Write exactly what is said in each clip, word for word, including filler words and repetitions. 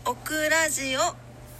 オクラジオ。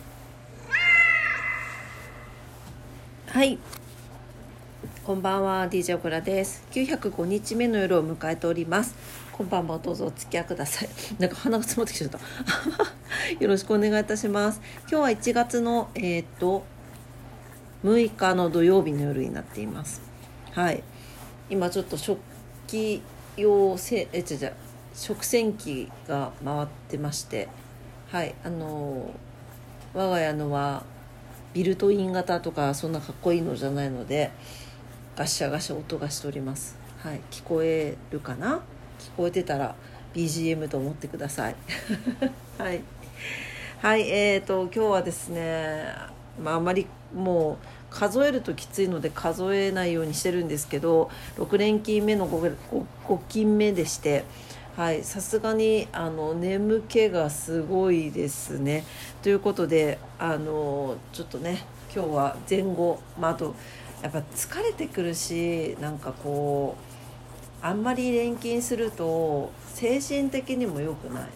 はい、こんばんは。 ディージェー オクラです。きゅうひゃくごにちめの夜を迎えております。こんばんもどうぞお付き合いください。なんか鼻が詰まってきちゃったよろしくお願いいたします。今日はいちがつのえー、っとむいかの土曜日の夜になっています。はい、今ちょっと食器用せえ違う違う食洗機が回ってまして、はいあの我が家のはビルトイン型とかそんなかっこいいのじゃないので、ガシャガシャ音がしております。はい、聞こえるかな？聞こえてたら ビージーエム と思ってくださいはい、はい、えーと今日はですね、まあ、あまりもう数えるときついので数えないようにしてるんですけど、ろく連勤目の 5, 5勤目でして、はい、さすがにあの眠気がすごいですね。ということであのちょっとね今日は前後、まあ、あとやっぱ疲れてくるし、なんかこうあんまり連勤すると精神的にも良くないね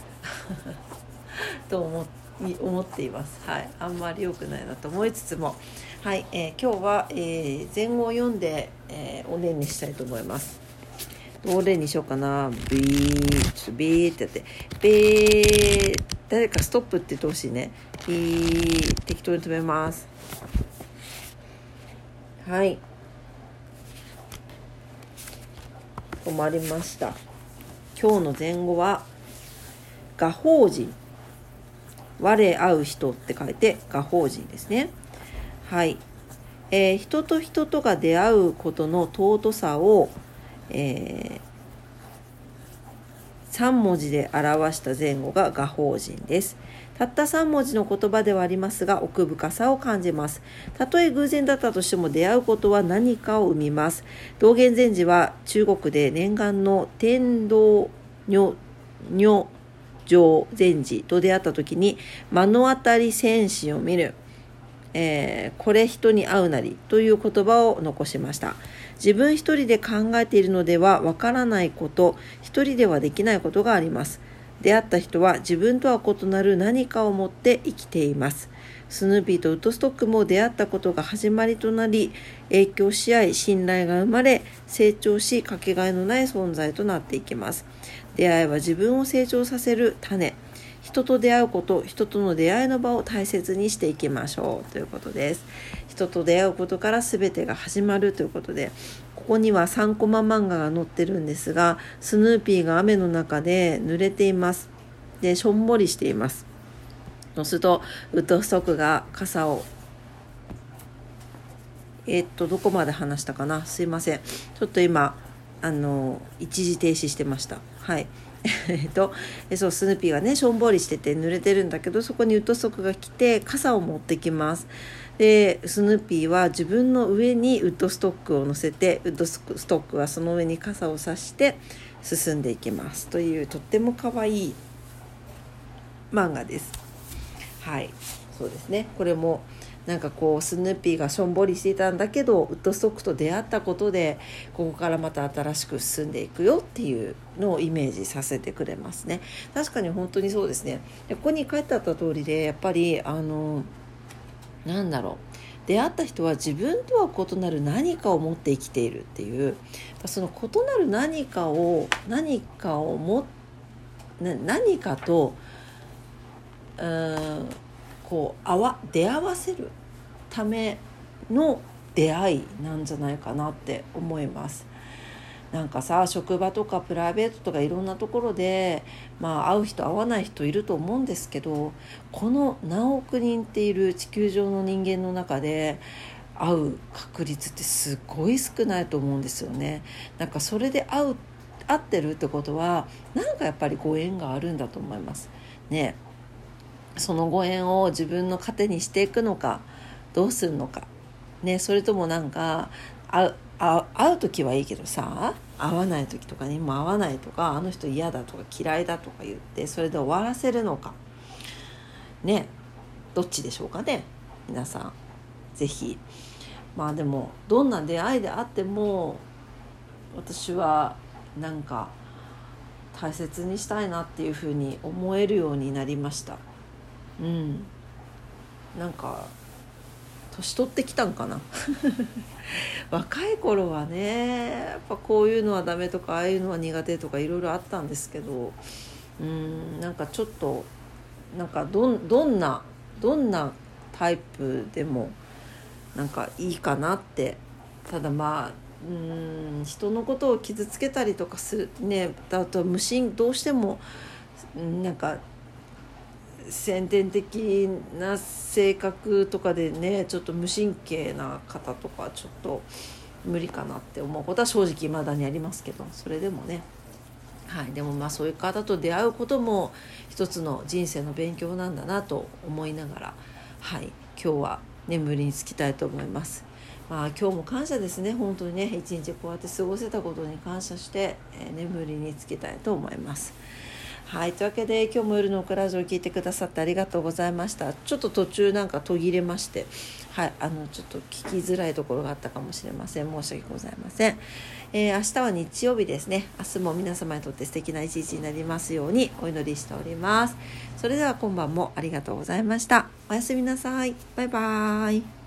と思思っています。はい、あんまり良くないなと思いつつも、はい、えー、今日は、えー、前後を読んで、えー、お練にしたいと思います。どれにしようかな。ビーちょっとビーってやってビー、誰かストップって言ってほしいね。ビー、適当に止めます。はい、止まりました。今日の前後は我法人、我会う人って書いて我法人ですね。はい、えー、人と人とが出会うことの尊さを、えー、さん文字で表した前後が我法人です。たったさん文字の言葉ではありますが、奥深さを感じます。たとえ偶然だったとしても出会うことは何かを生みます。道元禅師は中国で念願の天道女女上禅師と出会った時に、目の当たり戦士を見る、えー、これ人に会うなりという言葉を残しました。自分一人で考えているのではわからないこと、一人ではできないことがあります。出会った人は自分とは異なる何かを持って生きています。スヌーピーとウッドストックも出会ったことが始まりとなり、影響し合い信頼が生まれ、成長しかけがえのない存在となっていきます。出会いは自分を成長させる種。人と出会うこと、人との出会いの場を大切にしていきましょうということです。人と出会うことから全てが始まるということで、ここにはさんコマ漫画が載ってるんですが、スヌーピーが雨の中で濡れています。で、しょんぼりしています。そうするとウッドストックが傘をえー、っとどこまで話したかな、すいません。ちょっと今あの一時停止してました。はいえっとそうスヌーピーがねしょんぼりしてて濡れてるんだけど、そこにウッドストックが来て傘を持ってきます。でスヌーピーは自分の上にウッドストックを乗せて、ウッドストックはその上に傘を差して進んでいきますという、とっても可愛い漫画です。はい、そうですね。これもなんかこうスヌーピーがしょんぼりしていたんだけど、ウッドストックと出会ったことでここからまた新しく進んでいくよっていうのをイメージさせてくれますね。確かに本当にそうですね。でここに書いてあった通りで、やっぱりあのなんだろう、出会った人は自分とは異なる何かを持って生きているっていう、その異なる何かを何かをも何かとうーんこうあわ出会わせるための出会いなんじゃないかなって思います。なんかさ、職場とかプライベートとかいろんなところで、まあ、会う人会わない人いると思うんですけど、この何億人っている地球上の人間の中で会う確率ってすごい少ないと思うんですよね。なんかそれで会う会ってるってことは、なんかやっぱりご縁があるんだと思いますね。そのご縁を自分の糧にしていくのか、どうするのか、ね、それともなんか会う、会う、会う時はいいけどさ、会わない時とかにも会わないとか、あの人嫌だとか嫌いだとか言ってそれで終わらせるのかね、どっちでしょうかね。皆さんぜひ、まあでもどんな出会いであっても私はなんか大切にしたいなっていうふうに思えるようになりました。 うんなんか年取ってきたんかな若い頃はねやっぱこういうのはダメとかああいうのは苦手とかいろいろあったんですけど、うんなんかちょっとなんかどんどんなどんなタイプでもなんかいいかなって。ただまあうん人のことを傷つけたりとかするね、あと無心どうしてもなんか先天的な性格とかでねちょっと無神経な方とかちょっと無理かなって思うことは正直未だにありますけど、それでもね、はい、でもまあそういう方と出会うことも一つの人生の勉強なんだなと思いながら、はい、今日は眠りにつきたいと思います。まあ、今日も感謝ですね。本当にね一日こうやって過ごせたことに感謝して、えー、眠りにつきたいと思います。はい、というわけで今日も夜のオクラジオを聞いてくださってありがとうございました。ちょっと途中なんか途切れまして、はい、あのちょっと聞きづらいところがあったかもしれません。申し訳ございません。えー、明日は日曜日ですね。明日も皆様にとって素敵な一日になりますようにお祈りしております。それでは今晩もありがとうございました。おやすみなさい。バイバーイ。